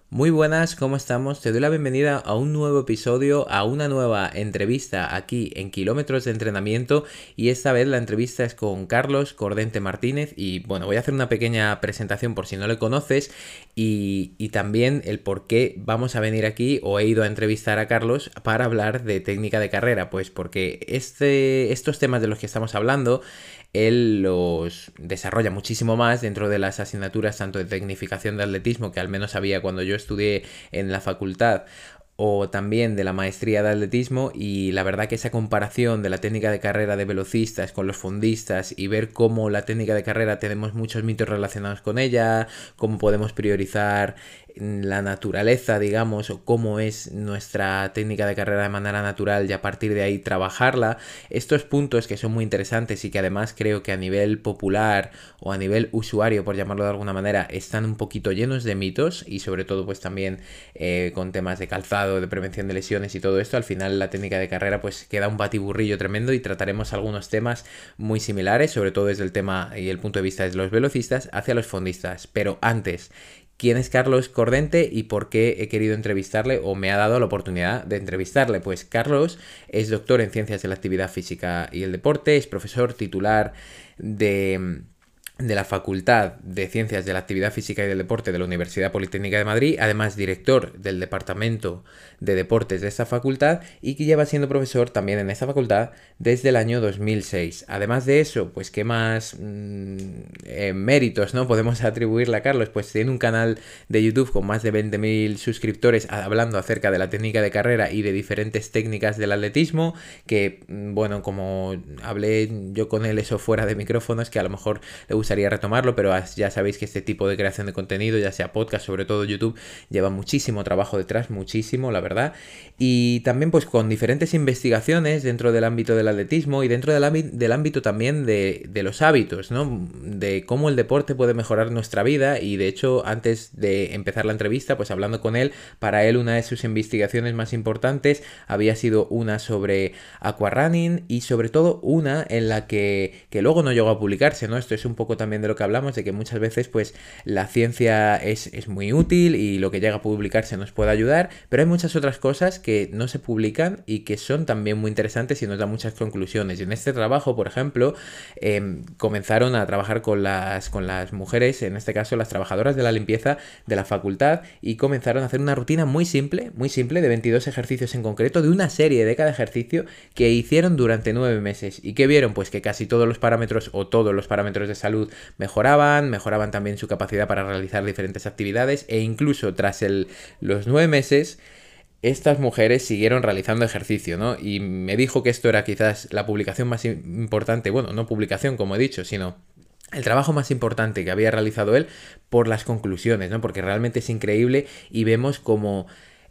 Muy buenas, ¿cómo estamos? Te doy la bienvenida a un nuevo episodio, a una nueva entrevista aquí en Kilómetros de Entrenamiento, y esta vez la entrevista es con Carlos Cordente Martínez y bueno, voy a hacer una pequeña presentación por si no le conoces y también el por qué vamos a venir aquí o he ido a entrevistar a Carlos para hablar de técnica de carrera, pues porque estos temas de los que estamos hablando él los desarrolla muchísimo más dentro de las asignaturas tanto de tecnificación de atletismo, que al menos había cuando yo estudié en la facultad, o también de la maestría de atletismo, y la verdad que esa comparación de la técnica de carrera de velocistas con los fondistas y ver cómo la técnica de carrera tenemos muchos mitos relacionados con ella, cómo podemos priorizar la naturaleza, digamos, o cómo es nuestra técnica de carrera de manera natural y a partir de ahí trabajarla. Estos puntos que son muy interesantes y que además creo que a nivel popular o a nivel usuario, por llamarlo de alguna manera, están un poquito llenos de mitos y sobre todo pues también con temas de calzado, de prevención de lesiones y todo esto, al final la técnica de carrera pues queda un batiburrillo tremendo y trataremos algunos temas muy similares, sobre todo desde el tema y el punto de vista de los velocistas hacia los fondistas. Pero antes, ¿quién es Carlos Cordente y por qué he querido entrevistarle o me ha dado la oportunidad de entrevistarle? Pues Carlos es doctor en Ciencias de la Actividad Física y el Deporte, es profesor titular de la Facultad de Ciencias de la Actividad Física y del Deporte de la Universidad Politécnica de Madrid, además director del Departamento de Deportes de esta facultad y que lleva siendo profesor también en esta facultad desde el año 2006. Además de eso, pues qué más méritos, ¿no?, podemos atribuirle a Carlos. Pues tiene un canal de YouTube con más de 20.000 suscriptores hablando acerca de la técnica de carrera y de diferentes técnicas del atletismo, que bueno, como hablé yo con él eso fuera de micrófonos, que a lo mejor le gustaría retomarlo, pero ya sabéis que este tipo de creación de contenido, ya sea podcast, sobre todo YouTube, lleva muchísimo trabajo detrás, muchísimo, la verdad, y también pues con diferentes investigaciones dentro del ámbito del atletismo y dentro del ámbito también de los hábitos, ¿no?, de cómo el deporte puede mejorar nuestra vida. Y de hecho, antes de empezar la entrevista, pues hablando con él, para él una de sus investigaciones más importantes había sido una sobre aquarunning y sobre todo una en la que luego no llegó a publicarse, ¿no? Esto es un poco también de lo que hablamos, de que muchas veces pues la ciencia es muy útil y lo que llega a publicarse nos puede ayudar, pero hay muchas otras cosas que no se publican y que son también muy interesantes y nos dan muchas conclusiones. Y en este trabajo, por ejemplo, comenzaron a trabajar con las mujeres, en este caso las trabajadoras de la limpieza de la facultad, y comenzaron a hacer una rutina muy simple de 22 ejercicios en concreto, de una serie de cada ejercicio que hicieron durante 9 meses. ¿Y qué vieron? Pues que casi todos los parámetros o todos los parámetros de salud mejoraban también su capacidad para realizar diferentes actividades, e incluso tras los 9 meses estas mujeres siguieron realizando ejercicio, ¿no? Y me dijo que esto era quizás la publicación más importante, bueno, no publicación como he dicho, sino el trabajo más importante que había realizado él por las conclusiones, ¿no? Porque realmente es increíble y vemos como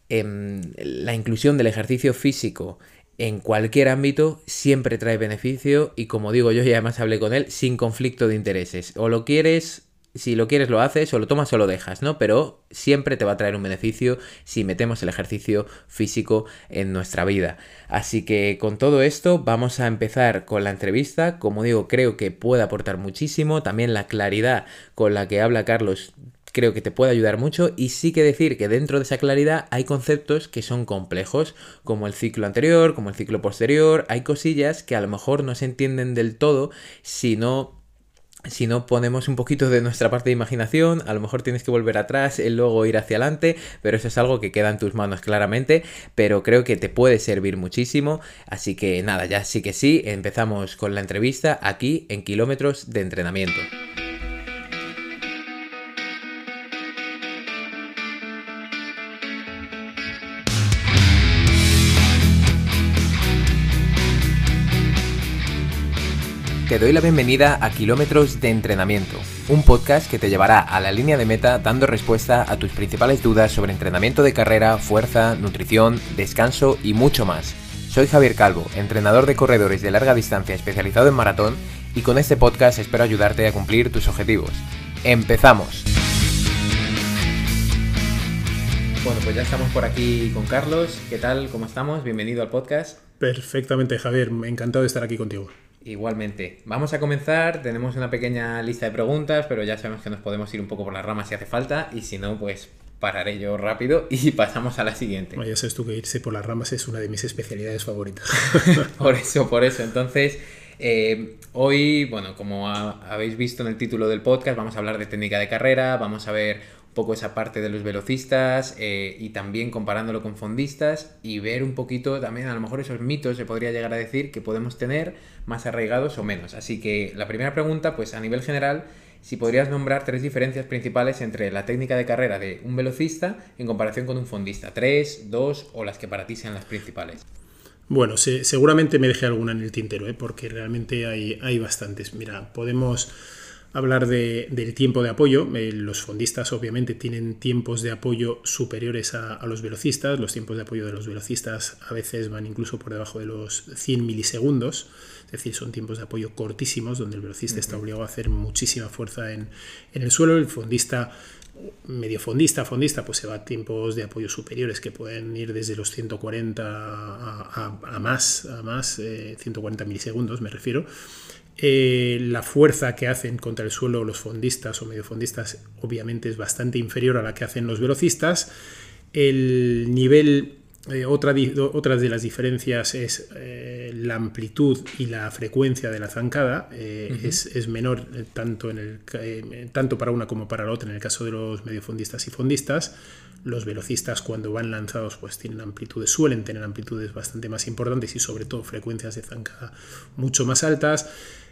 la inclusión del ejercicio físico en cualquier ámbito siempre trae beneficio y, como digo yo, y además hablé con él, sin conflicto de intereses. O lo quieres, si lo quieres lo haces, o lo tomas o lo dejas, ¿no? Pero siempre te va a traer un beneficio si metemos el ejercicio físico en nuestra vida. Así que con todo esto vamos a empezar con la entrevista. Como digo, creo que puede aportar muchísimo. También la claridad con la que habla Carlos creo que te puede ayudar mucho, y sí que decir que dentro de esa claridad hay conceptos que son complejos, como el ciclo anterior, como el ciclo posterior. Hay cosillas que a lo mejor no se entienden del todo si no ponemos un poquito de nuestra parte de imaginación. A lo mejor tienes que volver atrás y luego ir hacia adelante, pero eso es algo que queda en tus manos claramente, pero creo que te puede servir muchísimo. Así que nada, ya sí que sí, empezamos con la entrevista aquí en Kilómetros de Entrenamiento. Te doy la bienvenida a Kilómetros de Entrenamiento, un podcast que te llevará a la línea de meta dando respuesta a tus principales dudas sobre entrenamiento de carrera, fuerza, nutrición, descanso y mucho más. Soy Javier Calvo, entrenador de corredores de larga distancia especializado en maratón, y con este podcast espero ayudarte a cumplir tus objetivos. ¡Empezamos! Bueno, pues ya estamos por aquí con Carlos. ¿Qué tal? ¿Cómo estamos? Bienvenido al podcast. Perfectamente, Javier. Encantado de estar aquí contigo. Igualmente. Vamos a comenzar. Tenemos una pequeña lista de preguntas, pero ya sabemos que nos podemos ir un poco por las ramas si hace falta, y si no, pues pararé yo rápido y pasamos a la siguiente. Bueno, ya sabes tú que irse por las ramas es una de mis especialidades favoritas. Por eso. Entonces, hoy, bueno, como habéis visto en el título del podcast, vamos a hablar de técnica de carrera, vamos a ver un poco esa parte de los velocistas y también comparándolo con fondistas y ver un poquito también a lo mejor esos mitos, se podría llegar a decir, que podemos tener más arraigados o menos. Así que la primera pregunta, pues a nivel general, si podrías nombrar 3 diferencias principales entre la técnica de carrera de un velocista en comparación con un fondista. 3, 2 o las que para ti sean las principales. Bueno, seguramente me dejé alguna en el tintero, porque realmente hay bastantes. Mira, podemos hablar del tiempo de apoyo. Los fondistas obviamente tienen tiempos de apoyo superiores a los velocistas. Los tiempos de apoyo de los velocistas a veces van incluso por debajo de los 100 milisegundos. Es decir, son tiempos de apoyo cortísimos donde el velocista está obligado a hacer muchísima fuerza en el suelo. El fondista, medio fondista, pues se va a tiempos de apoyo superiores que pueden ir desde los 140 a más, 140 milisegundos me refiero. La fuerza que hacen contra el suelo los fondistas o mediofondistas obviamente es bastante inferior a la que hacen los velocistas. El nivel, otras de las diferencias es la amplitud y la frecuencia de la zancada. Es menor tanto para una como para la otra en el caso de los mediofondistas y fondistas. Los velocistas cuando van lanzados pues suelen tener amplitudes bastante más importantes y sobre todo frecuencias de zancada mucho más altas.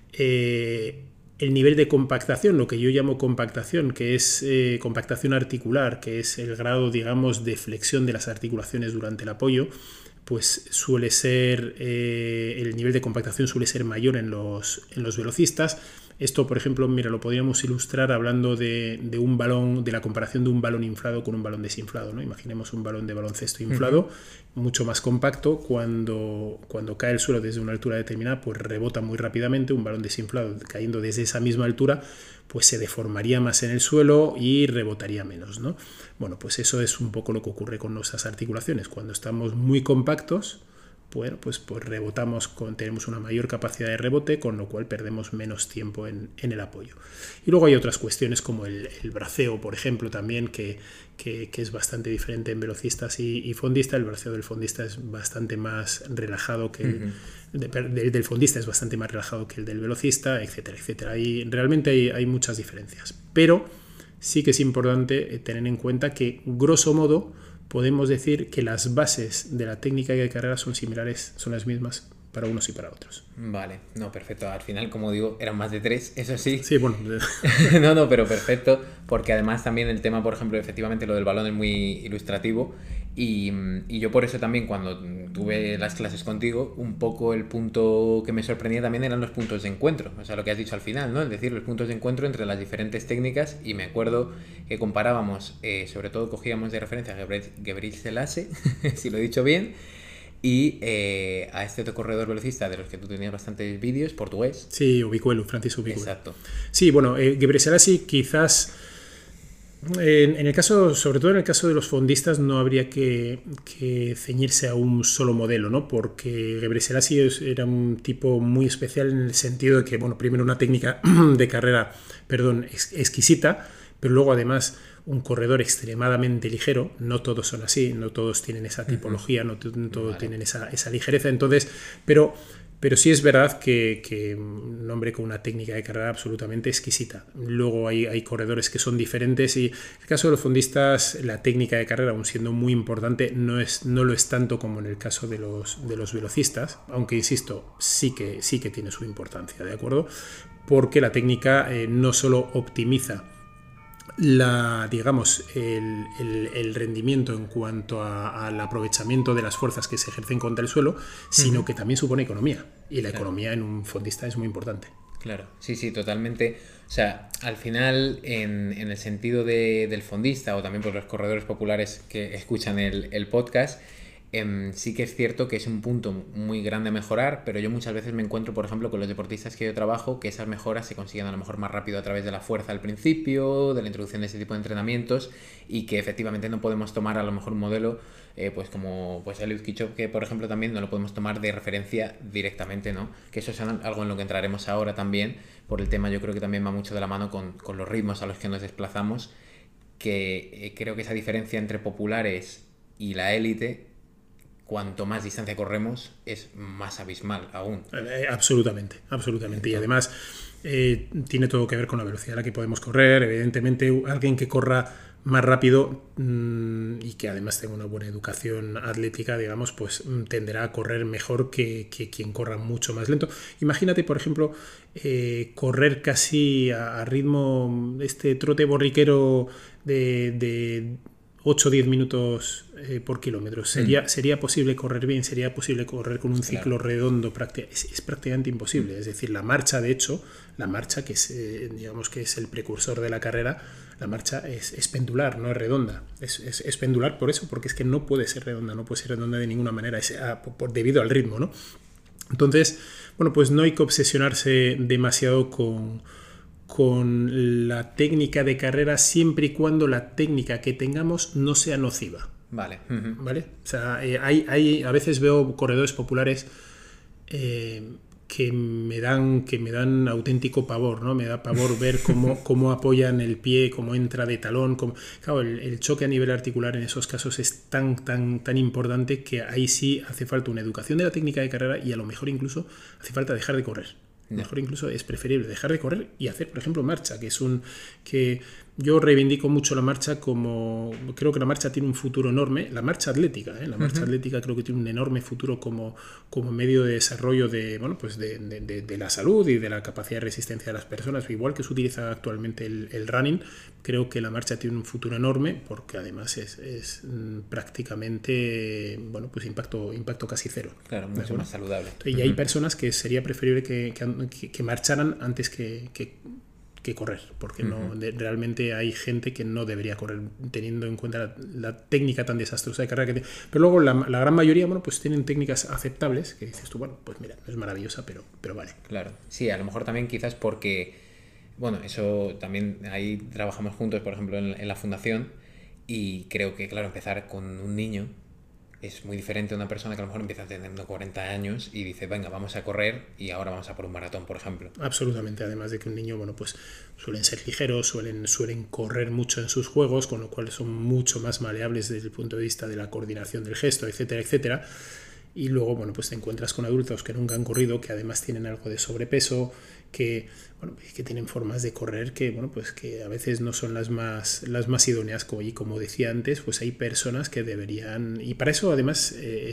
El nivel de compactación, lo que yo llamo compactación, que es compactación articular, que es el grado, digamos, de flexión de las articulaciones durante el apoyo, pues suele ser, el nivel de compactación suele ser mayor en los velocistas. Esto, por ejemplo, mira, lo podríamos ilustrar hablando de un balón, de la comparación de un balón inflado con un balón desinflado, ¿no? Imaginemos un balón de baloncesto inflado, mucho más compacto. Cuando cae al suelo desde una altura determinada, pues rebota muy rápidamente. Un balón desinflado cayendo desde esa misma altura, pues se deformaría más en el suelo y rebotaría menos, ¿no? Bueno, pues eso es un poco lo que ocurre con nuestras articulaciones. Cuando estamos muy compactos, bueno, pues rebotamos, tenemos una mayor capacidad de rebote, con lo cual perdemos menos tiempo en el apoyo. Y luego hay otras cuestiones como el braceo, por ejemplo, también, que es bastante diferente en velocistas y fondistas. El braceo del fondista es bastante más relajado que del fondista es bastante más relajado que el del velocista, etcétera, etcétera. Realmente hay muchas diferencias, pero sí que es importante tener en cuenta que, grosso modo, podemos decir que las bases de la técnica de carrera son similares, son las mismas para unos y para otros. Vale, no, perfecto. Al final, como digo, eran más de 3, eso sí. Sí, bueno. No, pero perfecto, porque además también el tema, por ejemplo, efectivamente lo del balón es muy ilustrativo y yo por eso también cuando tuve las clases contigo, un poco el punto que me sorprendía también eran los puntos de encuentro, o sea, lo que has dicho al final, ¿no? Es decir, los puntos de encuentro entre las diferentes técnicas, y me acuerdo que comparábamos, sobre todo cogíamos de referencia a Gebrselassie Selassie, si lo he dicho bien, y a este otro corredor velocista de los que tú tenías bastantes vídeos, portugués. Sí, Ubicuelu, Francisco Ubicuelu. Exacto. Sí, bueno, Gebrselassie quizás, en el caso, sobre todo en el caso de los fondistas, no habría que ceñirse a un solo modelo, ¿no? Porque Gebrselassie era un tipo muy especial en el sentido de que, bueno, primero una técnica de carrera, exquisita, pero luego además un corredor extremadamente ligero. No todos son así, no todos tienen esa tipología, no todos tienen esa ligereza. Entonces, pero sí es verdad que un hombre con una técnica de carrera absolutamente exquisita. Luego hay corredores que son diferentes, y en el caso de los fondistas, la técnica de carrera, aun siendo muy importante, no lo es tanto como en el caso de los velocistas, aunque insisto, sí que tiene su importancia, ¿de acuerdo? Porque la técnica no solo optimiza el rendimiento en cuanto al aprovechamiento de las fuerzas que se ejercen contra el suelo, sino que también supone economía, y la economía en un fondista es muy importante. Claro, sí, totalmente. O sea, al final, en el sentido del fondista, o también por los corredores populares que escuchan el podcast, sí que es cierto que es un punto muy grande a mejorar, pero yo muchas veces me encuentro, por ejemplo, con los deportistas que yo trabajo, que esas mejoras se consiguen a lo mejor más rápido a través de la fuerza al principio, de la introducción de ese tipo de entrenamientos, y que efectivamente no podemos tomar a lo mejor un modelo pues como pues Eliud Kipchoge, por ejemplo, también no lo podemos tomar de referencia directamente, ¿no? Que eso es algo en lo que entraremos ahora también, por el tema, yo creo que también va mucho de la mano con los ritmos a los que nos desplazamos. que creo que esa diferencia entre populares y la élite, cuanto más distancia corremos, es más abismal aún. Absolutamente, absolutamente. Y además tiene todo que ver con la velocidad a la que podemos correr. Evidentemente, alguien que corra más rápido y que además tenga una buena educación atlética, digamos, pues tenderá a correr mejor que quien corra mucho más lento. Imagínate, por ejemplo, correr casi a ritmo, trote borriquero de 8 o 10 minutos por kilómetro. ¿Sería posible correr bien? ¿Sería posible correr con un ciclo redondo? Es prácticamente imposible. Es decir, la marcha, de hecho, la marcha, que es, digamos que es el precursor de la carrera, la marcha es pendular, no es redonda. Es pendular por eso, porque es que no puede ser redonda, no puede ser redonda de ninguna manera, debido al ritmo, ¿no? Entonces, bueno, pues no hay que obsesionarse demasiado con la técnica de carrera, siempre y cuando la técnica que tengamos no sea nociva. Vale. ¿Vale? O sea, a veces veo corredores populares que me dan auténtico pavor, ¿no? Me da pavor ver cómo apoyan el pie, cómo entra de talón. Claro, el choque a nivel articular en esos casos es tan importante que ahí sí hace falta una educación de la técnica de carrera y a lo mejor incluso hace falta dejar de correr. Mejor incluso es preferible dejar de correr y hacer, por ejemplo, marcha, que yo reivindico mucho la marcha creo que la marcha tiene un futuro enorme, la marcha atlética, la marcha atlética creo que tiene un enorme futuro como medio de desarrollo de la salud y de la capacidad de resistencia de las personas, igual que se utiliza actualmente el running. Creo que la marcha tiene un futuro enorme porque además es prácticamente, bueno, pues impacto casi cero. Claro, mucho más saludable. Y hay personas que sería preferible que marcharan antes que correr, porque realmente hay gente que no debería correr teniendo en cuenta la técnica tan desastrosa de carrera que tiene. Pero luego la gran mayoría, bueno, pues tienen técnicas aceptables que dices tú, bueno, pues mira, no es maravillosa, pero vale. Claro, sí, a lo mejor también quizás porque, bueno, eso también ahí trabajamos juntos, por ejemplo, en la fundación, y creo que, claro, empezar con un niño es muy diferente a una persona que a lo mejor empieza teniendo 40 años y dice, venga, vamos a correr y ahora vamos a por un maratón, por ejemplo. Absolutamente, además de que un niño, bueno, pues suelen ser ligeros, suelen correr mucho en sus juegos, con lo cual son mucho más maleables desde el punto de vista de la coordinación del gesto, etcétera, etcétera. Y luego, bueno, pues te encuentras con adultos que nunca han corrido, que además tienen algo de sobrepeso, que tienen formas de correr que, bueno, pues que a veces no son las más idóneas. Y como decía antes, pues hay personas que deberían, y para eso además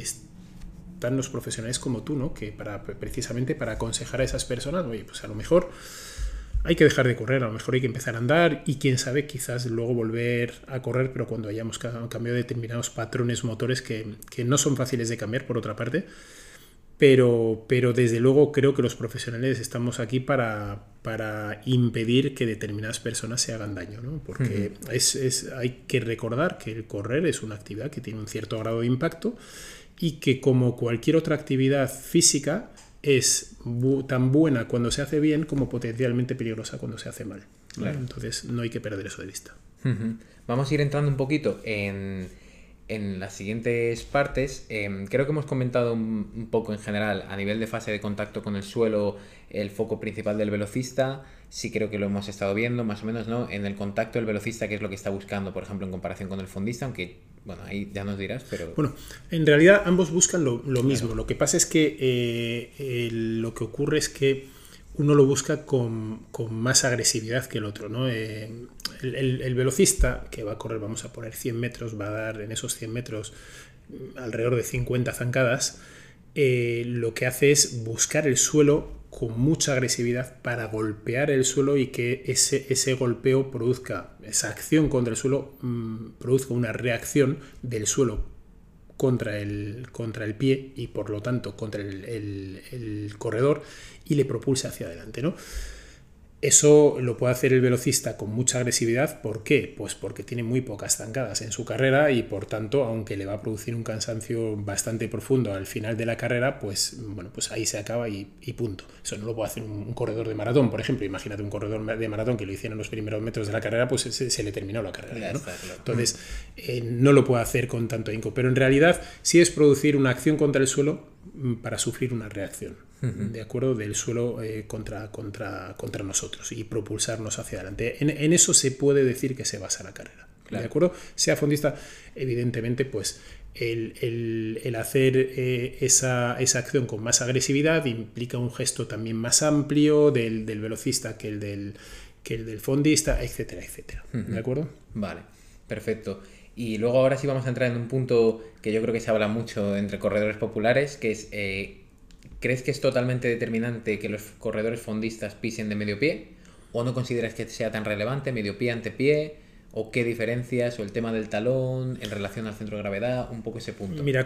están los profesionales como tú, ¿no? Que precisamente para aconsejar a esas personas, oye, pues a lo mejor hay que dejar de correr, a lo mejor hay que empezar a andar y quién sabe, quizás luego volver a correr, pero cuando hayamos cambiado determinados patrones motores que no son fáciles de cambiar, por otra parte. Pero desde luego creo que los profesionales estamos aquí para impedir que determinadas personas se hagan daño, ¿no? Porque hay que recordar que el correr es una actividad que tiene un cierto grado de impacto y que, como cualquier otra actividad física, es tan buena cuando se hace bien como potencialmente peligrosa cuando se hace mal. Claro. Entonces no hay que perder eso de vista. Vamos a ir entrando un poquito en las siguientes partes. Creo que hemos comentado un poco en general a nivel de fase de contacto con el suelo, el foco principal del velocista. Sí, creo que lo hemos estado viendo más o menos, ¿no? En el contacto del velocista, qué es lo que está buscando, por ejemplo, en comparación con el fondista, aunque, bueno, ahí ya nos dirás, pero... Bueno, en realidad ambos buscan lo mismo. Claro. Lo que pasa es que lo que ocurre es que uno lo busca con más agresividad que el otro, ¿no? El velocista que va a correr, vamos a poner 100 metros, va a dar en esos 100 metros alrededor de 50 zancadas. Lo que hace es buscar el suelo con mucha agresividad para golpear el suelo y que ese golpeo produzca, esa acción contra el suelo, produzca una reacción del suelo contra el pie y por lo tanto contra el corredor y le propulse hacia adelante, ¿no? Eso lo puede hacer el velocista con mucha agresividad. ¿Por qué? Pues porque tiene muy pocas zancadas en su carrera y por tanto, aunque le va a producir un cansancio bastante profundo al final de la carrera, pues bueno, pues ahí se acaba y punto. Eso no lo puede hacer un corredor de maratón, por ejemplo. Imagínate un corredor de maratón que lo hiciera en los primeros metros de la carrera, pues se le terminó la carrera, ¿no? Claro. Entonces, no lo puede hacer con tanto ahínco, pero en realidad sí es producir una acción contra el suelo para sufrir una reacción, de acuerdo, del suelo contra nosotros y propulsarnos hacia adelante. En eso se puede decir que se basa la carrera. Claro. ¿De acuerdo? Sea fondista, evidentemente, pues el hacer esa acción con más agresividad implica un gesto también más amplio del velocista que el del fondista, etcétera, etcétera. ¿De acuerdo? Vale, perfecto. Y luego ahora sí vamos a entrar en un punto que yo creo que se habla mucho entre corredores populares, que es, ¿crees que es totalmente determinante que los corredores fondistas pisen de medio pie? ¿O no consideras que sea tan relevante medio pie ante pie? ¿O qué diferencias? ¿O el tema del talón en relación al centro de gravedad? Un poco ese punto. Mira,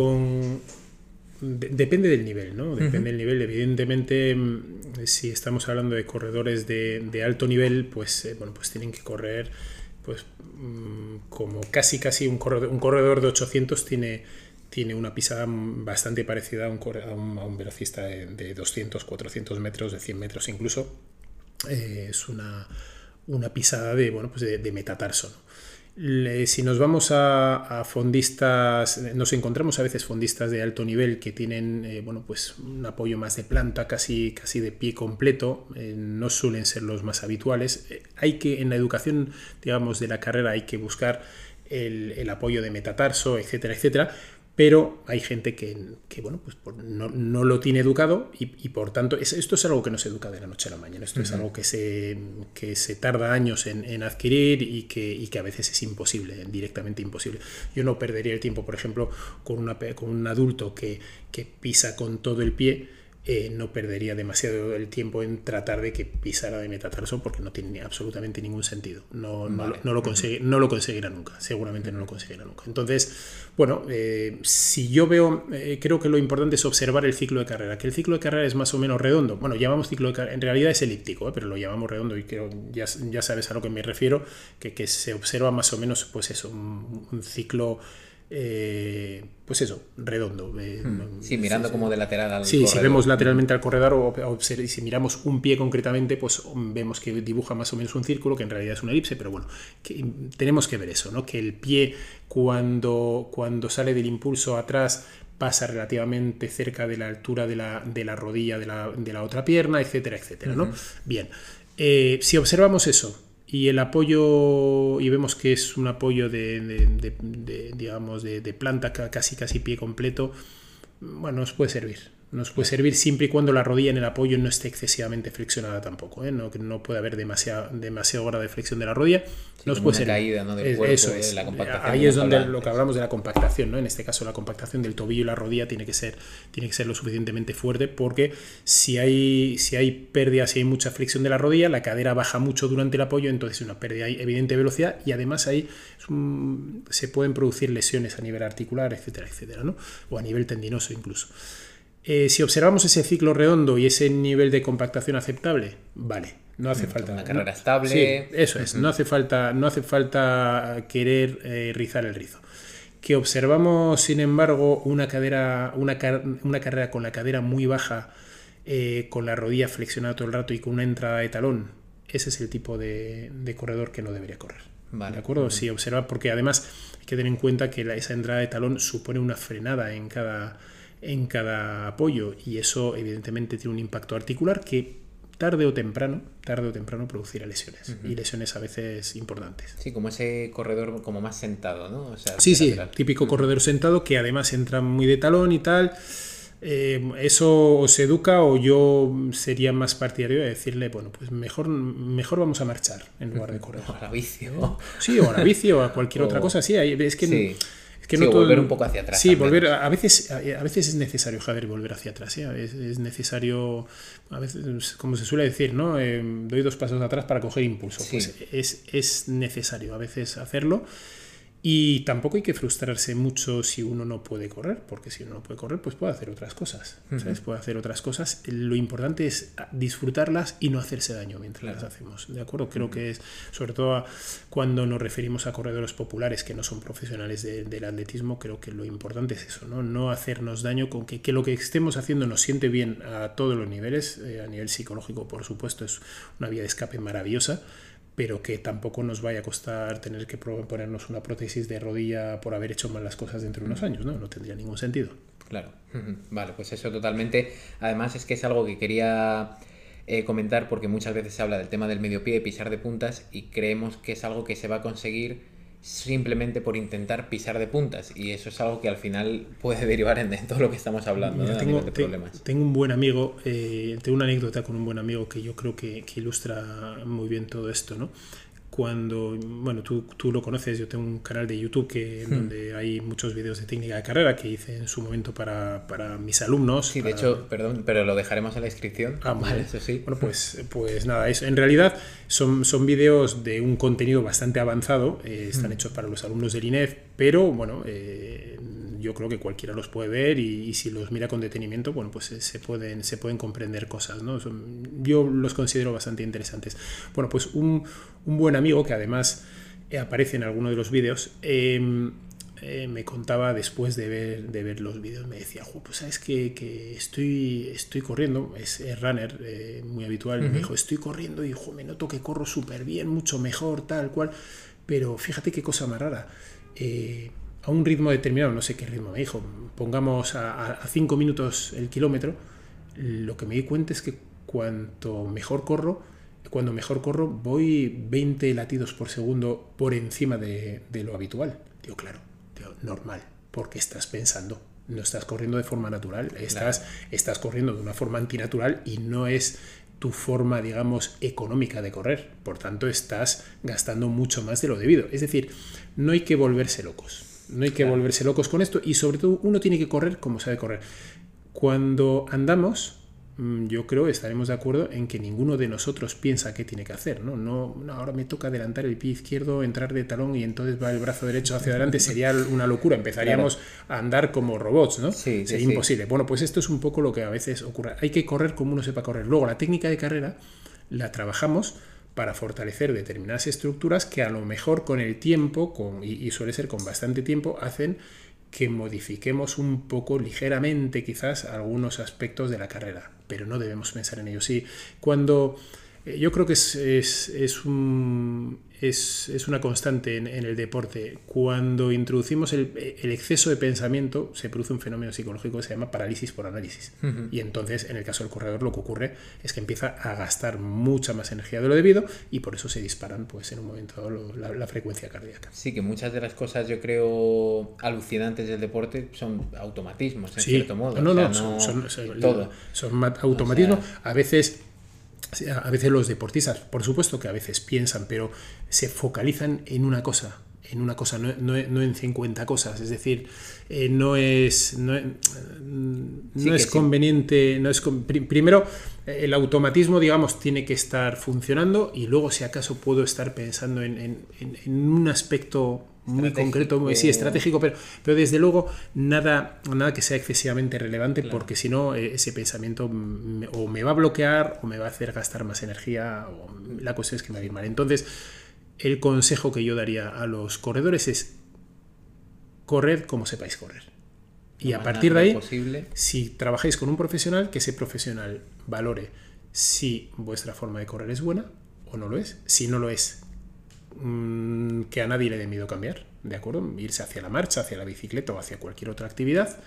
depende del nivel, ¿no? Depende del nivel. Evidentemente, si estamos hablando de corredores de alto nivel, pues pues tienen que correr, pues como casi un corredor de 800 tiene una pisada bastante parecida a un velocista de 200, 400 metros, de 100 metros incluso. Es una pisada de metatarso, ¿no? Si nos vamos a fondistas, nos encontramos a veces fondistas de alto nivel que tienen pues un apoyo más de planta, casi de pie completo. No suelen ser los más habituales. En la educación, digamos, de la carrera hay que buscar el apoyo de metatarso, etcétera, etcétera. Pero hay gente que pues no lo tiene educado y por tanto esto es algo que no se educa de la noche a la mañana. Esto es algo que se tarda años en adquirir y que a veces es imposible, directamente imposible. Yo no perdería el tiempo, por ejemplo, con un adulto que pisa con todo el pie. No perdería demasiado el tiempo en tratar de que pisara de metatarso, porque no tiene absolutamente ningún sentido. No lo conseguirá nunca, seguramente no lo conseguirá nunca. Entonces, si yo veo, creo que lo importante es observar el ciclo de carrera, que el ciclo de carrera es más o menos redondo. Bueno, llamamos ciclo de carrera, en realidad es elíptico, pero lo llamamos redondo y creo ya sabes a lo que me refiero, que se observa más o menos, pues eso, un ciclo pues eso, redondo. Sí, mirando como de lateral al corredor. Si vemos lateralmente al corredor y si miramos un pie concretamente, pues vemos que dibuja más o menos un círculo, que en realidad es una elipse, pero bueno, tenemos que ver eso, ¿no? Que el pie cuando sale del impulso atrás pasa relativamente cerca de la altura de la rodilla de la otra pierna, etcétera, etcétera, ¿no? Bien, si observamos eso y el apoyo, y vemos que es un apoyo de planta, casi pie completo, nos puede servir siempre y cuando la rodilla en el apoyo no esté excesivamente flexionada tampoco, que no puede haber demasiado grado de flexión de la rodilla. Nos puede servir. Caída, ¿no? del cuerpo, eso es. La compactación. Ahí es donde lo que hablamos de la compactación, ¿no? En este caso la compactación del tobillo y la rodilla tiene que ser lo suficientemente fuerte, porque si hay pérdida, si hay mucha flexión de la rodilla, la cadera baja mucho durante el apoyo, entonces una pérdida evidente de velocidad, y además ahí se pueden producir lesiones a nivel articular, etcétera, etcétera, ¿no? O a nivel tendinoso incluso. Si observamos ese ciclo redondo y ese nivel de compactación aceptable, vale, no hace falta una carrera estable. Sí, eso es, no hace falta querer rizar el rizo. Que observamos, sin embargo, una carrera con la cadera muy baja, con la rodilla flexionada todo el rato y con una entrada de talón, ese es el tipo de corredor que no debería correr. Vale. ¿De acuerdo? Sí, observa, porque además hay que tener en cuenta que esa entrada de talón supone una frenada en cada apoyo, y eso evidentemente tiene un impacto articular que tarde o temprano producirá lesiones, y lesiones a veces importantes. Sí, como ese corredor como más sentado, ¿no? O sea, sí, típico corredor sentado que además entra muy de talón y tal. Eso o se educa, o yo sería más partidario de decirle, pues mejor vamos a marchar en lugar de correr. O a la bici, ¿no? Sí, o a la bici o a cualquier otra cosa. Sí, es que... Sí. Que no volver un poco hacia atrás. Sí, volver. A veces es necesario, Javier, volver hacia atrás. Es necesario, a veces, como se suele decir, ¿no? Doy 2 pasos atrás para coger impulso. Sí. Pues es necesario a veces hacerlo. Y tampoco hay que frustrarse mucho si uno no puede correr, porque si uno no puede correr, pues puede hacer otras cosas. ¿Sabes? Puede hacer otras cosas. Lo importante es disfrutarlas y no hacerse daño mientras las hacemos. ¿De acuerdo? Creo que es, sobre todo cuando nos referimos a corredores populares que no son profesionales del atletismo, creo que lo importante es eso, ¿no? No hacernos daño, con que lo que estemos haciendo nos siente bien a todos los niveles. A nivel psicológico, por supuesto, es una vía de escape maravillosa, pero que tampoco nos vaya a costar tener que ponernos una prótesis de rodilla por haber hecho mal las cosas dentro de unos años, ¿no? No tendría ningún sentido. Claro. Vale, pues eso totalmente. Además es que es algo que quería comentar, porque muchas veces se habla del tema del medio pie, pisar de puntas, y creemos que es algo que se va a conseguir simplemente por intentar pisar de puntas, y eso es algo que al final puede derivar en todo lo que estamos hablando. Mira, ¿no? A nivel de problemas. tengo un buen amigo, tengo una anécdota con un buen amigo que yo creo que ilustra muy bien todo esto, ¿no? Cuando, bueno, tú lo conoces, yo tengo un canal de YouTube donde hay muchos vídeos de técnica de carrera que hice en su momento para mis alumnos. Sí, de hecho, perdón, pero lo dejaremos en la descripción. Vale. Eso sí. Bueno, pues nada, eso. En realidad son vídeos de un contenido bastante avanzado, están hechos para los alumnos del INEF, pero bueno, yo creo que cualquiera los puede ver y si los mira con detenimiento, bueno, pues se pueden comprender cosas, ¿no? Yo los considero bastante interesantes. Bueno, pues un buen amigo que además aparece en alguno de los vídeos, me contaba después de ver los vídeos, me decía, pues sabes que estoy corriendo, es runner muy habitual, me dijo, estoy corriendo y me noto que corro súper bien, mucho mejor, tal cual, pero fíjate qué cosa más rara, a un ritmo determinado, no sé qué ritmo me dijo, pongamos a 5 minutos el kilómetro, lo que me di cuenta es que cuando mejor corro voy 20 latidos por segundo por encima de lo habitual. Digo, claro, normal, porque estás pensando, no estás corriendo de forma natural, estás corriendo de una forma antinatural y no es tu forma, digamos, económica de correr. Por tanto, estás gastando mucho más de lo debido. Es decir, no hay que volverse locos. No hay que volverse locos con esto y sobre todo uno tiene que correr como sabe correr. Cuando andamos, yo creo estaremos de acuerdo en que ninguno de nosotros piensa qué tiene que hacer, ¿no? No, ahora me toca adelantar el pie izquierdo, entrar de talón y entonces va el brazo derecho hacia adelante, sería una locura, empezaríamos a andar como robots, ¿no? Sería imposible. Bueno, pues esto es un poco lo que a veces ocurre. Hay que correr como uno sepa correr. Luego, la técnica de carrera la trabajamos para fortalecer determinadas estructuras que a lo mejor con el tiempo, y suele ser con bastante tiempo, hacen que modifiquemos un poco ligeramente quizás algunos aspectos de la carrera, pero no debemos pensar en ello. Sí, cuando yo creo que es una constante en el deporte, cuando introducimos el exceso de pensamiento se produce un fenómeno psicológico que se llama parálisis por análisis, y entonces en el caso del corredor lo que ocurre es que empieza a gastar mucha más energía de lo debido y por eso se disparan pues en un momento dado la frecuencia cardíaca. Sí, que muchas de las cosas yo creo alucinantes del deporte son automatismos en cierto modo. Son automatismos. A veces los deportistas, por supuesto que a veces piensan, pero se focalizan en una cosa, no en 50 cosas. Es decir, no es conveniente. Primero, el automatismo, digamos, tiene que estar funcionando y luego, si acaso, puedo estar pensando en un aspecto muy concreto, muy estratégico, pero desde luego nada que sea excesivamente relevante, porque si no, ese pensamiento o me va a bloquear o me va a hacer gastar más energía, o la cuestión es que me va a ir mal. Entonces, el consejo que yo daría a los corredores es corred como sepáis correr. Y a partir de ahí, si trabajáis con un profesional, que ese profesional valore si vuestra forma de correr es buena o no lo es. Si no lo es, que a nadie le dé miedo cambiar, ¿de acuerdo? Irse hacia la marcha, hacia la bicicleta o hacia cualquier otra actividad.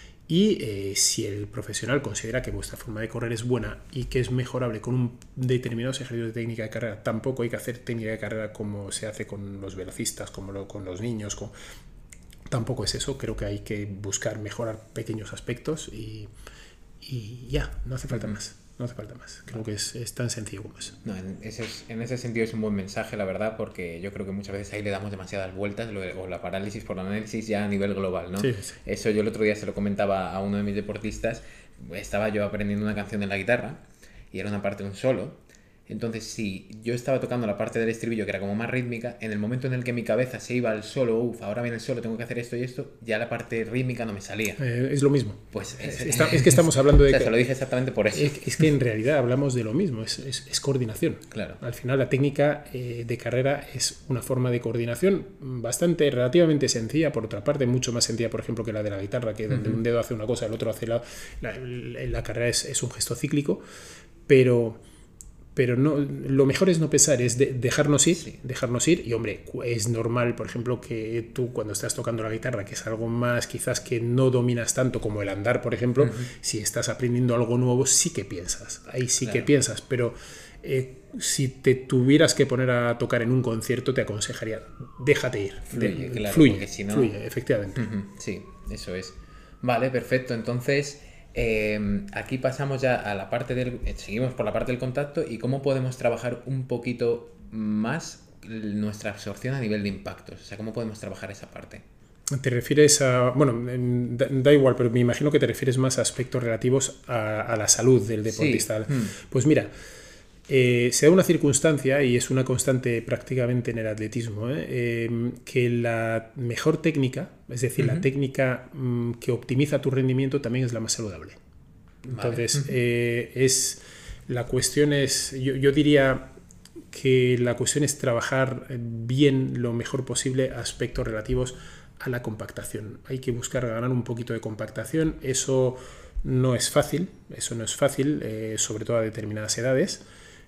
Y si el profesional considera que vuestra forma de correr es buena y que es mejorable con un determinados ejercicios de técnica de carrera, tampoco hay que hacer técnica de carrera como se hace con los velocistas, con los niños, tampoco es eso. Creo que hay que buscar mejorar pequeños aspectos y ya, no hace falta más. No hace falta más. Creo que es tan sencillo como eso. No, en ese sentido es un buen mensaje, la verdad, porque yo creo que muchas veces ahí le damos demasiadas vueltas, o la parálisis por análisis ya a nivel global, ¿no? Sí. Eso yo el otro día se lo comentaba a uno de mis deportistas. Estaba yo aprendiendo una canción en la guitarra y era una parte de un solo. Entonces, si yo estaba tocando la parte del estribillo que era como más rítmica, en el momento en el que mi cabeza se iba al solo, ahora viene el solo, tengo que hacer esto y esto, ya la parte rítmica no me salía. Es lo mismo. Pues es que estamos hablando de... O sea, se lo dije exactamente por eso. Es que en realidad hablamos de lo mismo, es coordinación. Claro. Al final la técnica de carrera es una forma de coordinación relativamente sencilla, por otra parte, mucho más sencilla, por ejemplo, que la de la guitarra, que donde un dedo hace una cosa, el otro hace la carrera es un gesto cíclico, pero no, lo mejor es no pensar, es dejarnos ir, y hombre, es normal, por ejemplo, que tú cuando estás tocando la guitarra, que es algo más quizás que no dominas tanto como el andar, por ejemplo, si estás aprendiendo algo nuevo, sí que piensas, ahí sí que piensas, pero Si te tuvieras que poner a tocar en un concierto, te aconsejaría, déjate ir. Fluye, claro, fluye, porque si no... fluye, efectivamente. Sí, eso es. Vale, perfecto. Entonces, aquí pasamos ya a la parte del... seguimos por la parte del contacto y cómo podemos trabajar un poquito más nuestra absorción a nivel de impactos. O sea, cómo podemos trabajar esa parte. ¿Te refieres a...? Bueno, da igual, pero me imagino que te refieres más a aspectos relativos a la salud del deportista. Sí. Pues mira, se da una circunstancia, y es una constante prácticamente en el atletismo, que la mejor técnica, es decir, la técnica que optimiza tu rendimiento, también es la más saludable. Entonces, la cuestión es, yo diría que la cuestión es trabajar bien lo mejor posible aspectos relativos a la compactación. Hay que buscar ganar un poquito de compactación. Eso no es fácil, sobre todo a determinadas edades,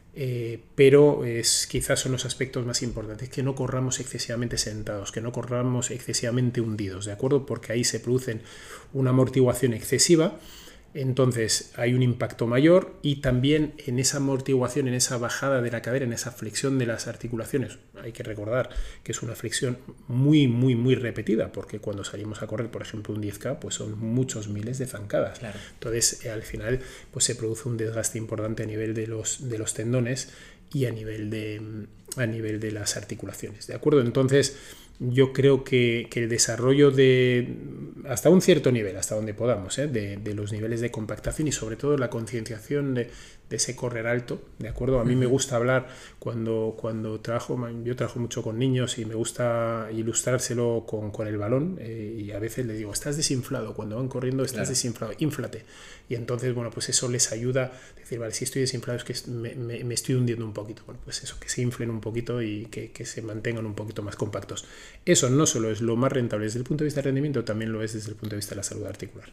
pero quizás son los aspectos más importantes, que no corramos excesivamente sentados, que no corramos excesivamente hundidos, ¿de acuerdo? Porque ahí se produce una amortiguación excesiva. Entonces hay un impacto mayor, y también en esa amortiguación, en esa bajada de la cadera, en esa flexión de las articulaciones, hay que recordar que es una flexión muy, muy, muy repetida, porque cuando salimos a correr, por ejemplo, un 10K, pues son muchos miles de zancadas. Claro. Entonces al final pues se produce un desgaste importante a nivel de los tendones y a nivel de las articulaciones, ¿de acuerdo? Entonces yo creo que el desarrollo hasta un cierto nivel, hasta donde podamos, de los niveles de compactación y sobre todo la concienciación de ese correr alto, ¿de acuerdo? A mí me gusta hablar cuando trabajo, yo trabajo mucho con niños y me gusta ilustrárselo con el balón, y a veces les digo, estás desinflado, cuando van corriendo estás desinflado, inflate. Y entonces, bueno, pues eso les ayuda a decir, vale, si estoy desinflado es que me estoy hundiendo un poquito. Bueno, pues eso, que se inflen un poquito y que se mantengan un poquito más compactos. Eso no solo es lo más rentable desde el punto de vista de rendimiento, también lo es desde el punto de vista de la salud articular.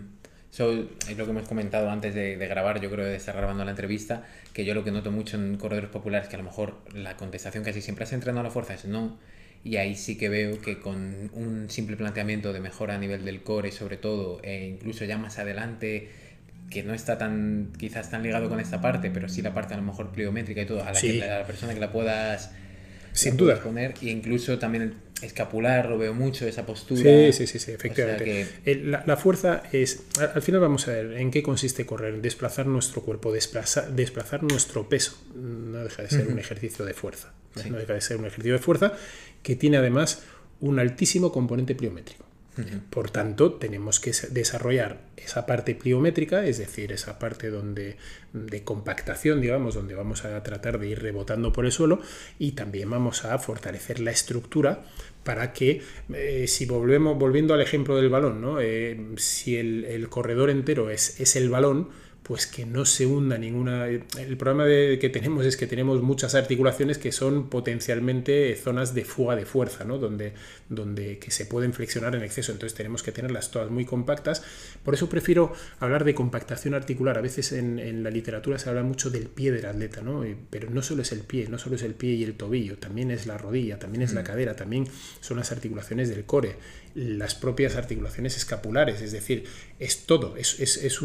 So, es lo que hemos comentado antes de grabar, yo creo, de estar grabando la entrevista, que yo lo que noto mucho en corredores populares, que a lo mejor la contestación casi siempre has entrenado a la fuerza es no, y ahí sí que veo que con un simple planteamiento de mejora a nivel del core, sobre todo, e incluso ya más adelante, que no está quizás tan ligado con esta parte, pero sí la parte a lo mejor pliométrica y todo, a la persona que la puedas... Sin duda. Poner, y incluso también el escapular, lo veo mucho, esa postura. Sí, efectivamente. O sea que... la fuerza es, al final vamos a ver en qué consiste correr, desplazar nuestro cuerpo, desplazar nuestro peso. No deja de ser un ejercicio de fuerza. Sí. No deja de ser un ejercicio de fuerza que tiene además un altísimo componente pliométrico. Por tanto, tenemos que desarrollar esa parte pliométrica, es decir, esa parte de compactación, digamos, donde vamos a tratar de ir rebotando por el suelo, y también vamos a fortalecer la estructura para que, si volviendo al ejemplo del balón, ¿no? Si el corredor entero es el balón, pues que no se hunda ninguna... El problema que tenemos es que tenemos muchas articulaciones que son potencialmente zonas de fuga de fuerza, ¿no? Donde que se pueden flexionar en exceso, entonces tenemos que tenerlas todas muy compactas. Por eso prefiero hablar de compactación articular. A veces en la literatura se habla mucho del pie del atleta, ¿no? Pero no solo es el pie, no solo es el pie y el tobillo, también es la rodilla, también es la cadera, también son las articulaciones del core, las propias articulaciones escapulares, es decir, es todo, es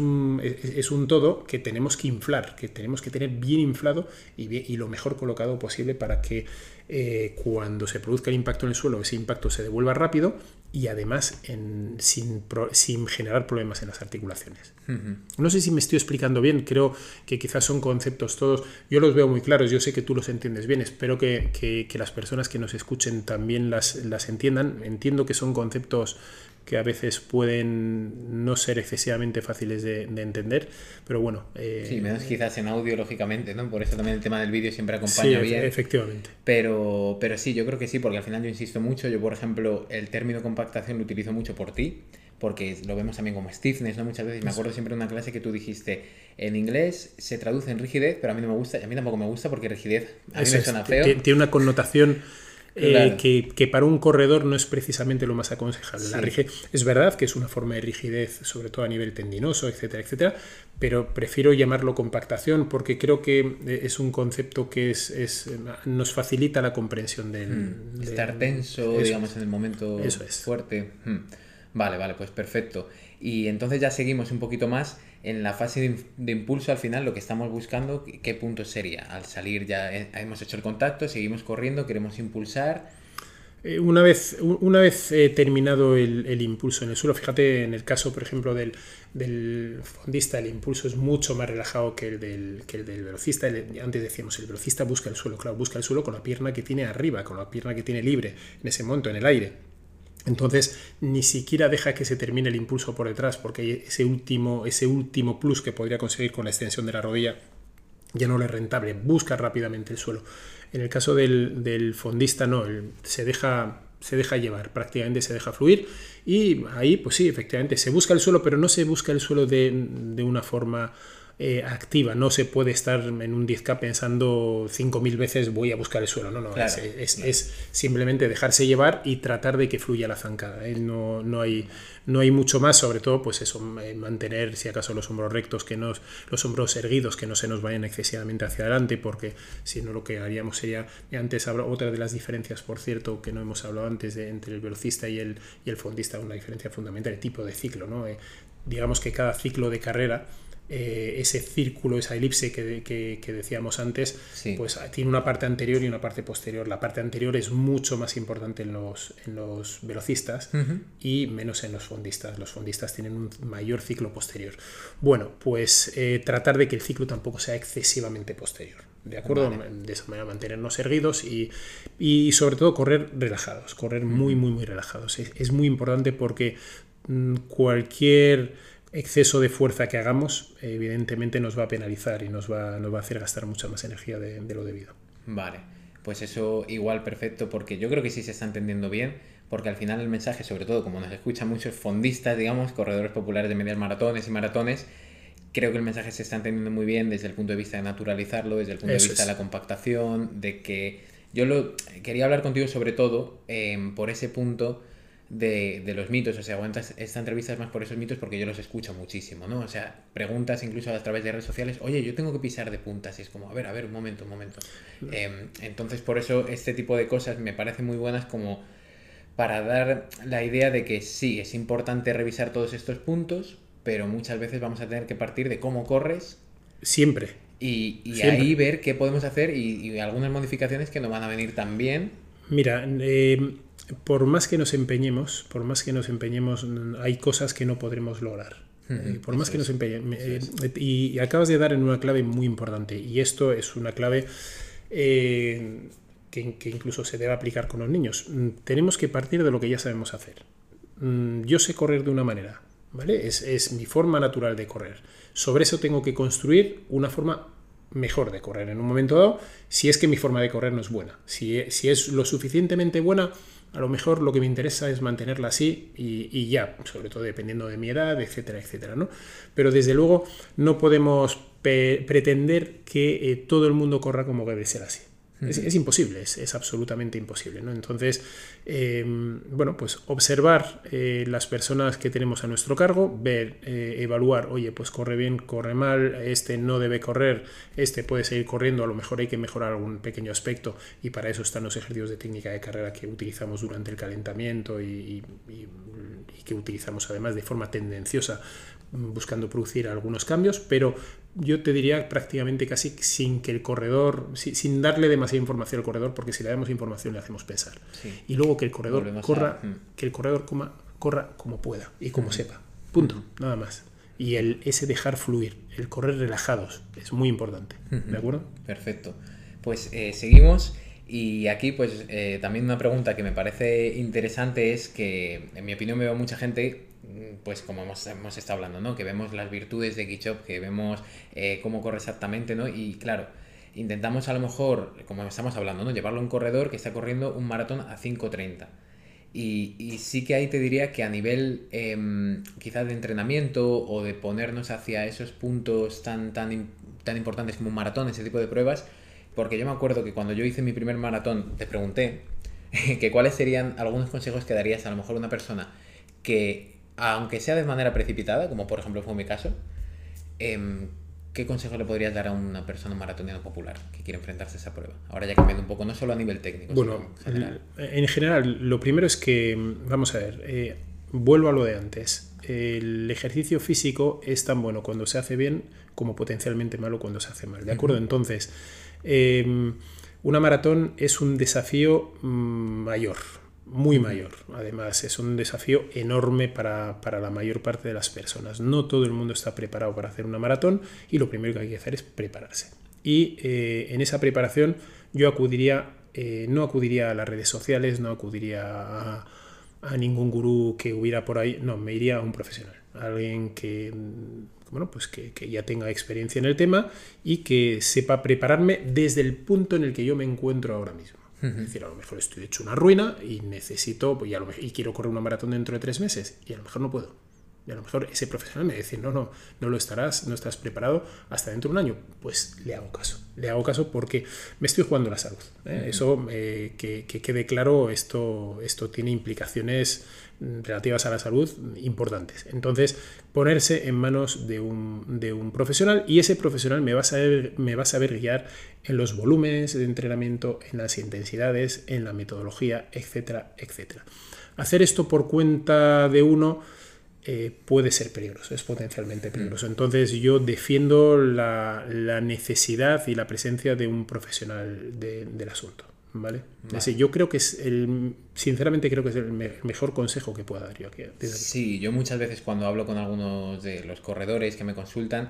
un todo que tenemos que inflar, que tenemos que tener bien inflado y lo mejor colocado posible para que cuando se produzca el impacto en el suelo, ese impacto se devuelva rápido y además sin generar problemas en las articulaciones. No sé si me estoy explicando bien, creo que quizás son conceptos todos, yo los veo muy claros, yo sé que tú los entiendes bien, espero que las personas que nos escuchen también las entiendan. Entiendo que son conceptos que a veces pueden no ser excesivamente fáciles de entender, pero bueno... sí, menos quizás en audio, lógicamente, ¿no? Por eso también el tema del vídeo siempre acompaña bien. Efectivamente. Pero sí, yo creo que sí, porque al final yo insisto mucho. Yo, por ejemplo, el término compactación lo utilizo mucho por ti, porque lo vemos también como stiffness, ¿no? Muchas veces me acuerdo siempre de una clase que tú dijiste, en inglés se traduce en rigidez, pero a mí no me gusta, a mí tampoco me gusta porque rigidez a mí me suena feo. Tiene una connotación... Claro. Que para un corredor no es precisamente lo más aconsejable. Sí. La rigidez, es verdad que es una forma de rigidez, sobre todo a nivel tendinoso, etcétera, etcétera, pero prefiero llamarlo compactación porque creo que es un concepto que nos facilita la comprensión estar tenso, digamos, en el momento fuerte. Vale, vale, pues perfecto. Y entonces ya seguimos un poquito más en la fase de impulso. Al final lo que estamos buscando, ¿qué punto sería? Al salir ya hemos hecho el contacto, seguimos corriendo, queremos impulsar. Una vez terminado el impulso en el suelo, fíjate en el caso, por ejemplo, del fondista, el impulso es mucho más relajado que el del velocista. Antes decíamos, el velocista busca el suelo, claro, busca el suelo con la pierna que tiene arriba, con la pierna que tiene libre en ese momento, en el aire. Entonces, ni siquiera deja que se termine el impulso por detrás, porque ese último plus que podría conseguir con la extensión de la rodilla ya no le es rentable, busca rápidamente el suelo. En el caso del fondista no, se deja llevar, prácticamente se deja fluir, y ahí pues sí, efectivamente se busca el suelo, pero no se busca el suelo de una forma activa. No se puede estar en un 10K pensando 5.000 veces voy a buscar el suelo. No, claro, es simplemente dejarse llevar y tratar de que fluya la zancada. No hay mucho más, sobre todo pues eso, mantener si acaso los hombros rectos, los hombros erguidos, que no se nos vayan excesivamente hacia adelante, porque si no lo que haríamos sería, antes otra de las diferencias, por cierto, que no hemos hablado antes entre el velocista y el fondista, una diferencia fundamental, el tipo de ciclo, ¿no? Digamos que cada ciclo de carrera, ese círculo, esa elipse que decíamos antes, sí, pues tiene una parte anterior y una parte posterior. La parte anterior es mucho más importante en los velocistas y menos en los fondistas. Los fondistas tienen un mayor ciclo posterior. Bueno, pues tratar de que el ciclo tampoco sea excesivamente posterior, ¿de acuerdo? Vale. De esa manera mantenernos erguidos y sobre todo correr relajados, correr muy, muy, muy relajados. Es muy importante porque cualquier exceso de fuerza que hagamos evidentemente nos va a penalizar y nos va a hacer gastar mucha más energía de lo debido. Vale, pues eso igual perfecto, porque yo creo que sí se está entendiendo bien, porque al final el mensaje, sobre todo como nos escuchan muchos fondistas, digamos, corredores populares de medias maratones y maratones, creo que el mensaje se está entendiendo muy bien desde el punto de vista de naturalizarlo, desde el punto de vista de la compactación, de que quería hablar contigo sobre todo por ese punto de los mitos. O sea, esta entrevista es más por esos mitos, porque yo los escucho muchísimo, ¿no? O sea, preguntas incluso a través de redes sociales, oye, yo tengo que pisar de puntas, y es como, a ver, un momento. Entonces, por eso este tipo de cosas me parecen muy buenas, como para dar la idea de que sí, es importante revisar todos estos puntos, pero muchas veces vamos a tener que partir de cómo corres. Siempre. Y ahí ver qué podemos hacer y algunas modificaciones que nos van a venir también. Mira, por más que nos empeñemos, hay cosas que no podremos lograr. Por más que nos empeñemos. Y acabas de dar en una clave muy importante. Y esto es una clave que incluso se debe aplicar con los niños. Tenemos que partir de lo que ya sabemos hacer. Yo sé correr de una manera, ¿vale? Es mi forma natural de correr. Sobre eso tengo que construir una forma mejor de correr en un momento dado, si es que mi forma de correr no es buena. Si es lo suficientemente buena, a lo mejor lo que me interesa es mantenerla así y ya, sobre todo dependiendo de mi edad, etcétera, etcétera, ¿no? Pero desde luego no podemos pretender que todo el mundo corra como debe ser así. Es imposible, es absolutamente imposible, ¿no? Entonces, bueno, pues observar las personas que tenemos a nuestro cargo, ver, evaluar, oye, pues corre bien, corre mal, este no debe correr, este puede seguir corriendo, a lo mejor hay que mejorar algún pequeño aspecto, y para eso están los ejercicios de técnica de carrera que utilizamos durante el calentamiento y que utilizamos además de forma tendenciosa, buscando producir algunos cambios, pero yo te diría prácticamente casi sin que el corredor, sin darle demasiada información al corredor, porque si le damos información le hacemos pensar. Sí. Y luego que el corredor corra como pueda y como sepa. Punto, nada más. Y ese dejar fluir, el correr relajados, es muy importante. ¿De acuerdo? Perfecto. Pues seguimos. Y aquí pues también una pregunta que me parece interesante es que, en mi opinión, veo mucha gente, pues como hemos estado hablando, ¿no? Que vemos las virtudes de Guichop, que vemos cómo corre exactamente, ¿no? Y claro, intentamos a lo mejor, como estamos hablando, ¿no? Llevarlo a un corredor que está corriendo un maratón a 5:30. Y sí que ahí te diría que a nivel quizás de entrenamiento o de ponernos hacia esos puntos tan importantes como un maratón, ese tipo de pruebas, porque yo me acuerdo que cuando yo hice mi primer maratón te pregunté que cuáles serían algunos consejos que darías a lo mejor a una persona que, aunque sea de manera precipitada, como por ejemplo fue mi caso, ¿qué consejo le podrías dar a una persona maratoniana popular que quiere enfrentarse a esa prueba? Ahora ya cambiando un poco, no solo a nivel técnico, bueno, sino en general. En general, lo primero es que, vamos a ver, vuelvo a lo de antes. El ejercicio físico es tan bueno cuando se hace bien como potencialmente malo cuando se hace mal, ¿de acuerdo? Entonces, una maratón es un desafío mayor, muy mayor. Además, es un desafío enorme para la mayor parte de las personas. No todo el mundo está preparado para hacer una maratón y lo primero que hay que hacer es prepararse. Y en esa preparación yo no acudiría a las redes sociales, no acudiría a ningún gurú que hubiera por ahí, no, me iría a un profesional, a alguien que, bueno, pues que ya tenga experiencia en el tema y que sepa prepararme desde el punto en el que yo me encuentro ahora mismo. Es decir, a lo mejor estoy hecho una ruina y necesito, y quiero correr una maratón dentro de 3 meses y a lo mejor no puedo. Y a lo mejor ese profesional me dice, no lo estarás, no estás preparado hasta dentro de un año. Pues le hago caso porque me estoy jugando la salud. Eso, que quede claro, esto tiene implicaciones relativas a la salud importantes. Entonces, ponerse en manos de un profesional, y ese profesional me va a saber guiar en los volúmenes de entrenamiento, en las intensidades, en la metodología, etcétera, etcétera. Hacer esto por cuenta de uno puede ser peligroso, es potencialmente peligroso. Entonces yo defiendo la necesidad y la presencia de un profesional del asunto, ¿vale? Es decir, yo creo que sinceramente creo que es el mejor consejo que pueda dar yo aquí. Sí, yo muchas veces cuando hablo con algunos de los corredores que me consultan,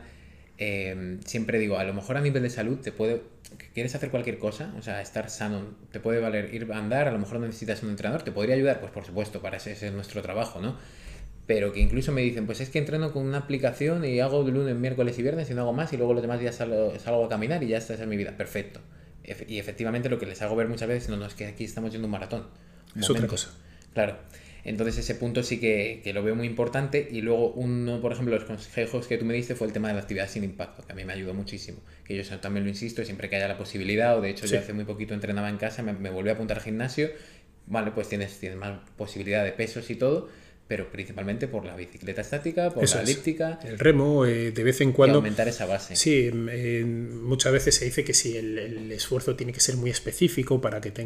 siempre digo, a lo mejor a nivel de salud quieres hacer cualquier cosa, o sea, estar sano, te puede valer ir a andar, a lo mejor necesitas un entrenador, ¿te podría ayudar? Pues por supuesto, para ese es nuestro trabajo, ¿no? Pero que incluso me dicen, pues es que entreno con una aplicación y hago de lunes, miércoles y viernes y no hago más y luego los demás días salgo a caminar y ya esa es mi vida. Perfecto. Y efectivamente lo que les hago ver muchas veces, no, es que aquí estamos yendo un maratón. Es otra cosa. Claro. Entonces ese punto sí que lo veo muy importante. Y luego uno, por ejemplo, los consejos que tú me diste fue el tema de la actividad sin impacto, que a mí me ayudó muchísimo. Que yo también lo insisto, siempre que haya la posibilidad, o de hecho yo hace muy poquito entrenaba en casa, me volví a apuntar al gimnasio, vale, pues tienes más posibilidad de pesos y todo, pero principalmente por la bicicleta estática, por la elíptica. El remo, de vez en cuando. Y aumentar esa base. Sí, muchas veces se dice que sí, el esfuerzo tiene que ser muy específico para que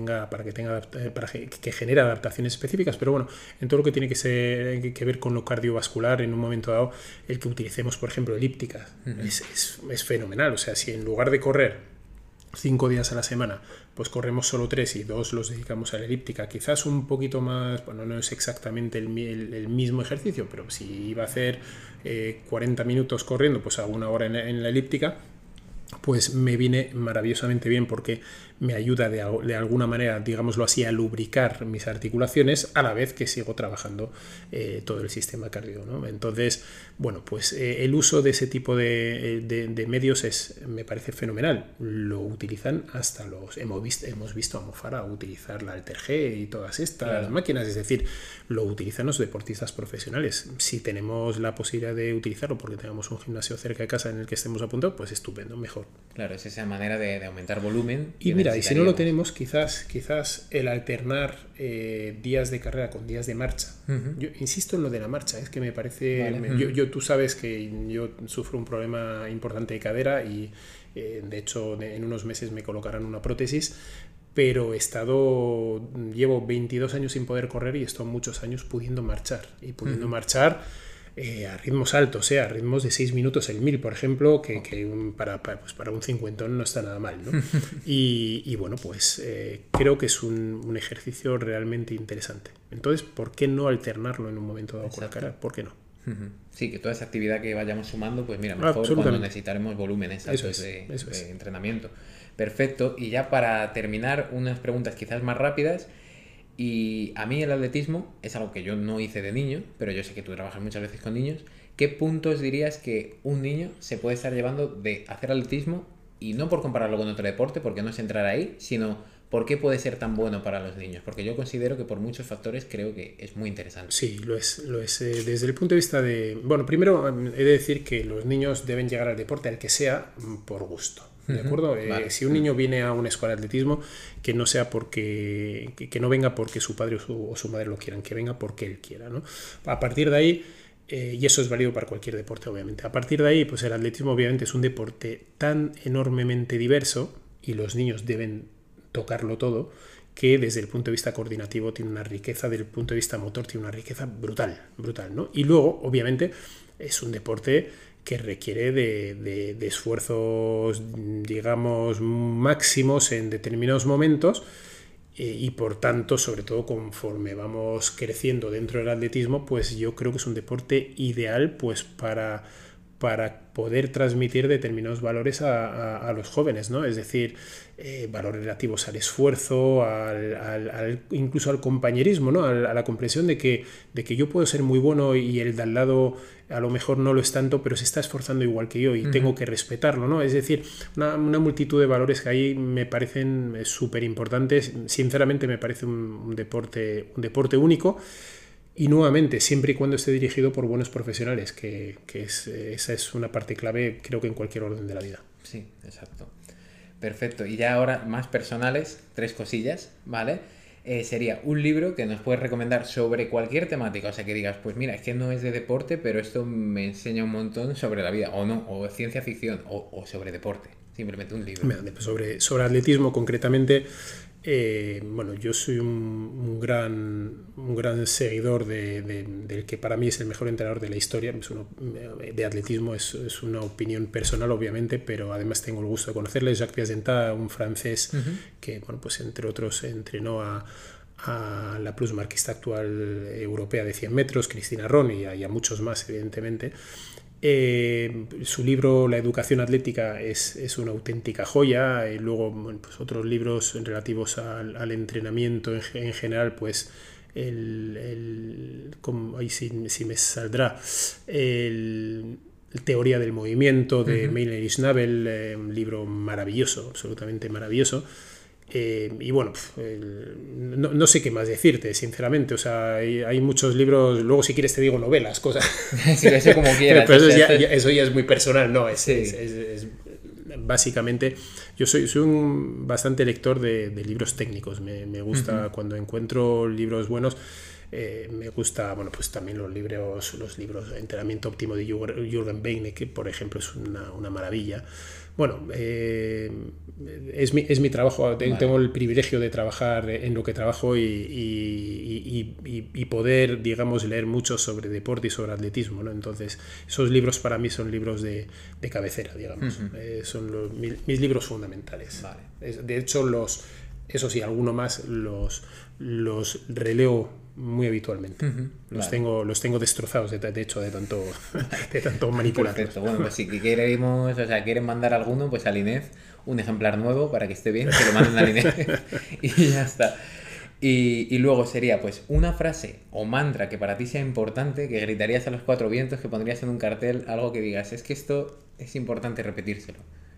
genere adaptaciones específicas, pero bueno, en todo lo que tiene que ver con lo cardiovascular, en un momento dado, el que utilicemos, por ejemplo, elíptica, es fenomenal. O sea, si en lugar de correr 5 días a la semana, pues corremos solo 3 y 2 los dedicamos a la elíptica, quizás un poquito más, bueno, no es exactamente el mismo ejercicio, pero si iba a hacer 40 minutos corriendo, pues hago 1 hora en la elíptica, pues me viene maravillosamente bien porque me ayuda de alguna manera, digámoslo así, a lubricar mis articulaciones a la vez que sigo trabajando todo el sistema cardio, ¿no? Entonces, bueno, pues el uso de ese tipo de medios me parece fenomenal. Lo utilizan hasta hemos visto a Mofara utilizar la Alter G y todas estas máquinas, es decir, lo utilizan los deportistas profesionales. Si tenemos la posibilidad de utilizarlo porque tenemos un gimnasio cerca de casa en el que estemos apuntados, pues estupendo, mejor. Claro, es esa manera de aumentar volumen. Y mira, y si no lo tenemos, quizás el alternar días de carrera con días de marcha. Yo insisto en lo de la marcha, es que me parece... Tú sabes que yo sufro un problema importante de cadera y de hecho en unos meses me colocarán una prótesis, pero llevo 22 años sin poder correr y he estado muchos años pudiendo marchar. Y pudiendo marchar a ritmos altos, a ritmos de 6 minutos el 1000, por ejemplo, que para un cincuentón no está nada mal, ¿no? y bueno, pues creo que es un ejercicio realmente interesante. Entonces, ¿por qué no alternarlo en un momento dado con la cara? ¿Por qué no? Sí, que toda esa actividad que vayamos sumando, pues mira, mejor cuando necesitaremos volúmenes altos de entrenamiento. Perfecto. Y ya para terminar, unas preguntas quizás más rápidas. Y a mí el atletismo es algo que yo no hice de niño, pero yo sé que tú trabajas muchas veces con niños. ¿Qué puntos dirías que un niño se puede estar llevando de hacer atletismo? Y no por compararlo con otro deporte, porque no es entrar ahí, sino por qué puede ser tan bueno para los niños. Porque yo considero que por muchos factores creo que es muy interesante. Sí, lo es. Desde el punto de vista de... Bueno, primero he de decir que los niños deben llegar al deporte, al que sea, por gusto. ¿De acuerdo? Vale. Si un niño viene a una escuela de atletismo, que no sea porque que no venga porque su padre o su madre lo quieran, que venga porque él quiera, ¿no? A partir de ahí, y eso es válido para cualquier deporte, obviamente. A partir de ahí, pues el atletismo obviamente es un deporte tan enormemente diverso y los niños deben tocarlo todo, que desde el punto de vista coordinativo tiene una riqueza, desde el punto de vista motor tiene una riqueza brutal, ¿no? Y luego, obviamente, es un deporte que requiere de esfuerzos, digamos, máximos en determinados momentos, y por tanto, sobre todo conforme vamos creciendo dentro del atletismo, pues yo creo que es un deporte ideal pues para poder transmitir determinados valores a los jóvenes, ¿no? Es decir, valores relativos al esfuerzo, incluso al compañerismo, ¿no? A la comprensión de que yo puedo ser muy bueno y el de al lado a lo mejor no lo es tanto, pero se está esforzando igual que yo y tengo que respetarlo, ¿no? Es decir, una multitud de valores que ahí me parecen súper importantes. Sinceramente me parece un deporte único. Y nuevamente, siempre y cuando esté dirigido por buenos profesionales, esa es una parte clave, creo que en cualquier orden de la vida. Sí, exacto. Perfecto. Y ya ahora, más personales, 3 cosillas, ¿vale? Sería un libro que nos puedes recomendar sobre cualquier temática, o sea, que digas, pues mira, es que no es de deporte, pero esto me enseña un montón sobre la vida, o no, o ciencia ficción, o sobre deporte, simplemente un libro. Sobre atletismo concretamente, bueno, yo soy un gran seguidor del que para mí es el mejor entrenador de la historia. De atletismo, es una opinión personal, obviamente, pero además tengo el gusto de conocerle. Jacques Piazentat, un francés que, bueno, pues entre otros entrenó a la plusmarquista actual europea de 100 metros, Cristina Ron, y a muchos más, evidentemente. Su libro La educación atlética es una auténtica joya, y luego, bueno, pues otros libros relativos al entrenamiento en general, pues ahí sí me saldrá el Teoría del movimiento de Meiner y Schnabel, un libro maravilloso, absolutamente maravilloso. Y bueno, no sé qué más decirte, sinceramente. O sea, hay muchos libros. Luego, si quieres, te digo novelas, cosas. Sí, eso como quieras. Pero eso ya es muy personal, ¿no? Básicamente, yo soy un bastante lector de libros técnicos. Me gusta cuando encuentro libros buenos. Me gusta, bueno, pues también los libros de Entrenamiento Óptimo de Jürgen Beine, que por ejemplo es una maravilla. Bueno, es mi trabajo. Tengo el privilegio de trabajar en lo que trabajo y poder, digamos, leer mucho sobre deporte y sobre atletismo, ¿no? Entonces, esos libros para mí son libros de cabecera, digamos. Son mis libros fundamentales. Vale. De hecho, eso sí, alguno más los releo muy habitualmente. Los tengo destrozados, de hecho, de tanto manipular. Perfecto. Bueno, pues si queremos, o sea, quieren mandar alguno, pues al Inés un ejemplar nuevo para que esté bien, que lo manden al Inés y ya está. Y luego sería, pues, una frase o mantra que para ti sea importante, que gritarías a los 4 vientos, que pondrías en un cartel, algo que digas, es que esto es importante repetírselo.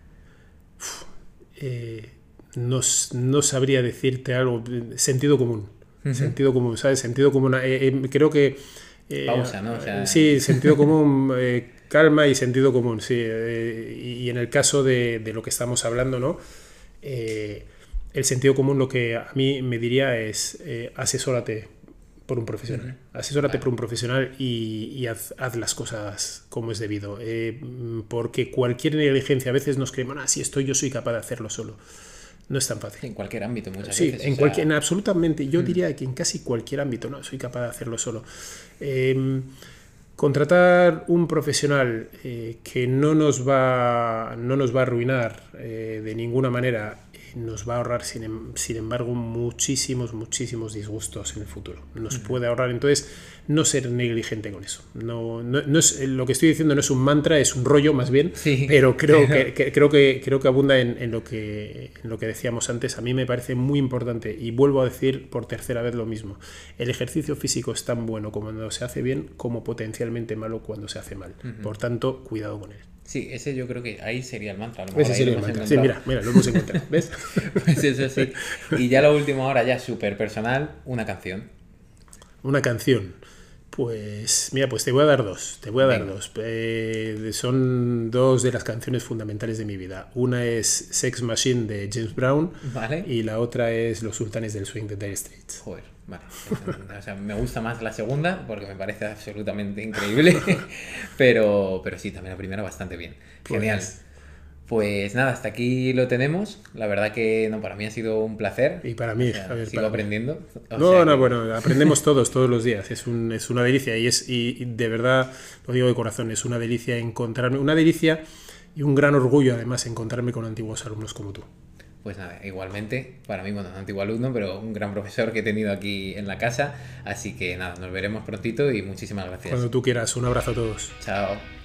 No sabría decirte algo. Sentido común. Sentido común, ¿sabes? Sentido común. Creo que... pausa, ¿no? O sea... Sí, sentido común, calma y sentido común, sí. Y en el caso de lo que estamos hablando, ¿no? El sentido común lo que a mí me diría es asesórate por un profesional. Asesórate por un profesional y haz las cosas como es debido. Porque cualquier negligencia, a veces nos creemos, yo soy capaz de hacerlo solo. No es tan fácil. En cualquier ámbito, muchas veces. Sí, en absolutamente. Yo diría que en casi cualquier ámbito, no soy capaz de hacerlo solo. Contratar un profesional que no nos va a arruinar de ninguna manera, nos va a ahorrar, sin embargo, muchísimos disgustos en el futuro. Nos puede ahorrar, entonces, no ser negligente con eso. No es, lo que estoy diciendo no es un mantra, es un rollo más bien, sí, pero creo que abunda en lo que decíamos antes. A mí me parece muy importante, y vuelvo a decir por tercera vez lo mismo. El ejercicio físico es tan bueno cuando se hace bien, como potencialmente malo cuando se hace mal. Por tanto, cuidado con él. Sí, ese yo creo que ahí sería el mantra. Ese sería el mantra. Sí, mira, lo hemos encontrado. ¿Ves? Pues eso sí. Y ya lo último ahora, ya súper personal, una canción. Una canción. Pues mira, pues te voy a dar dos. Son 2 de las canciones fundamentales de mi vida. Una es Sex Machine de James Brown, ¿vale? Y la otra es Los Sultanes del Swing de Dire Straits. Joder, vale. O sea, me gusta más la segunda porque me parece absolutamente increíble, pero sí, también la primera bastante bien. Genial. Pues nada, hasta aquí lo tenemos. La verdad que no, para mí ha sido un placer. Y para mí, O sea, a ver, sigo aprendiendo. O no, sea no, que, bueno, aprendemos todos los días. Es una delicia y de verdad, lo digo de corazón, es una delicia encontrarme, una delicia y un gran orgullo además encontrarme con antiguos alumnos como tú. pues nada, igualmente, para mí, bueno, un antiguo alumno, pero un gran profesor que he tenido aquí en la casa. Así que nada, nos veremos prontito y muchísimas gracias. Cuando tú quieras, un abrazo a todos. Chao.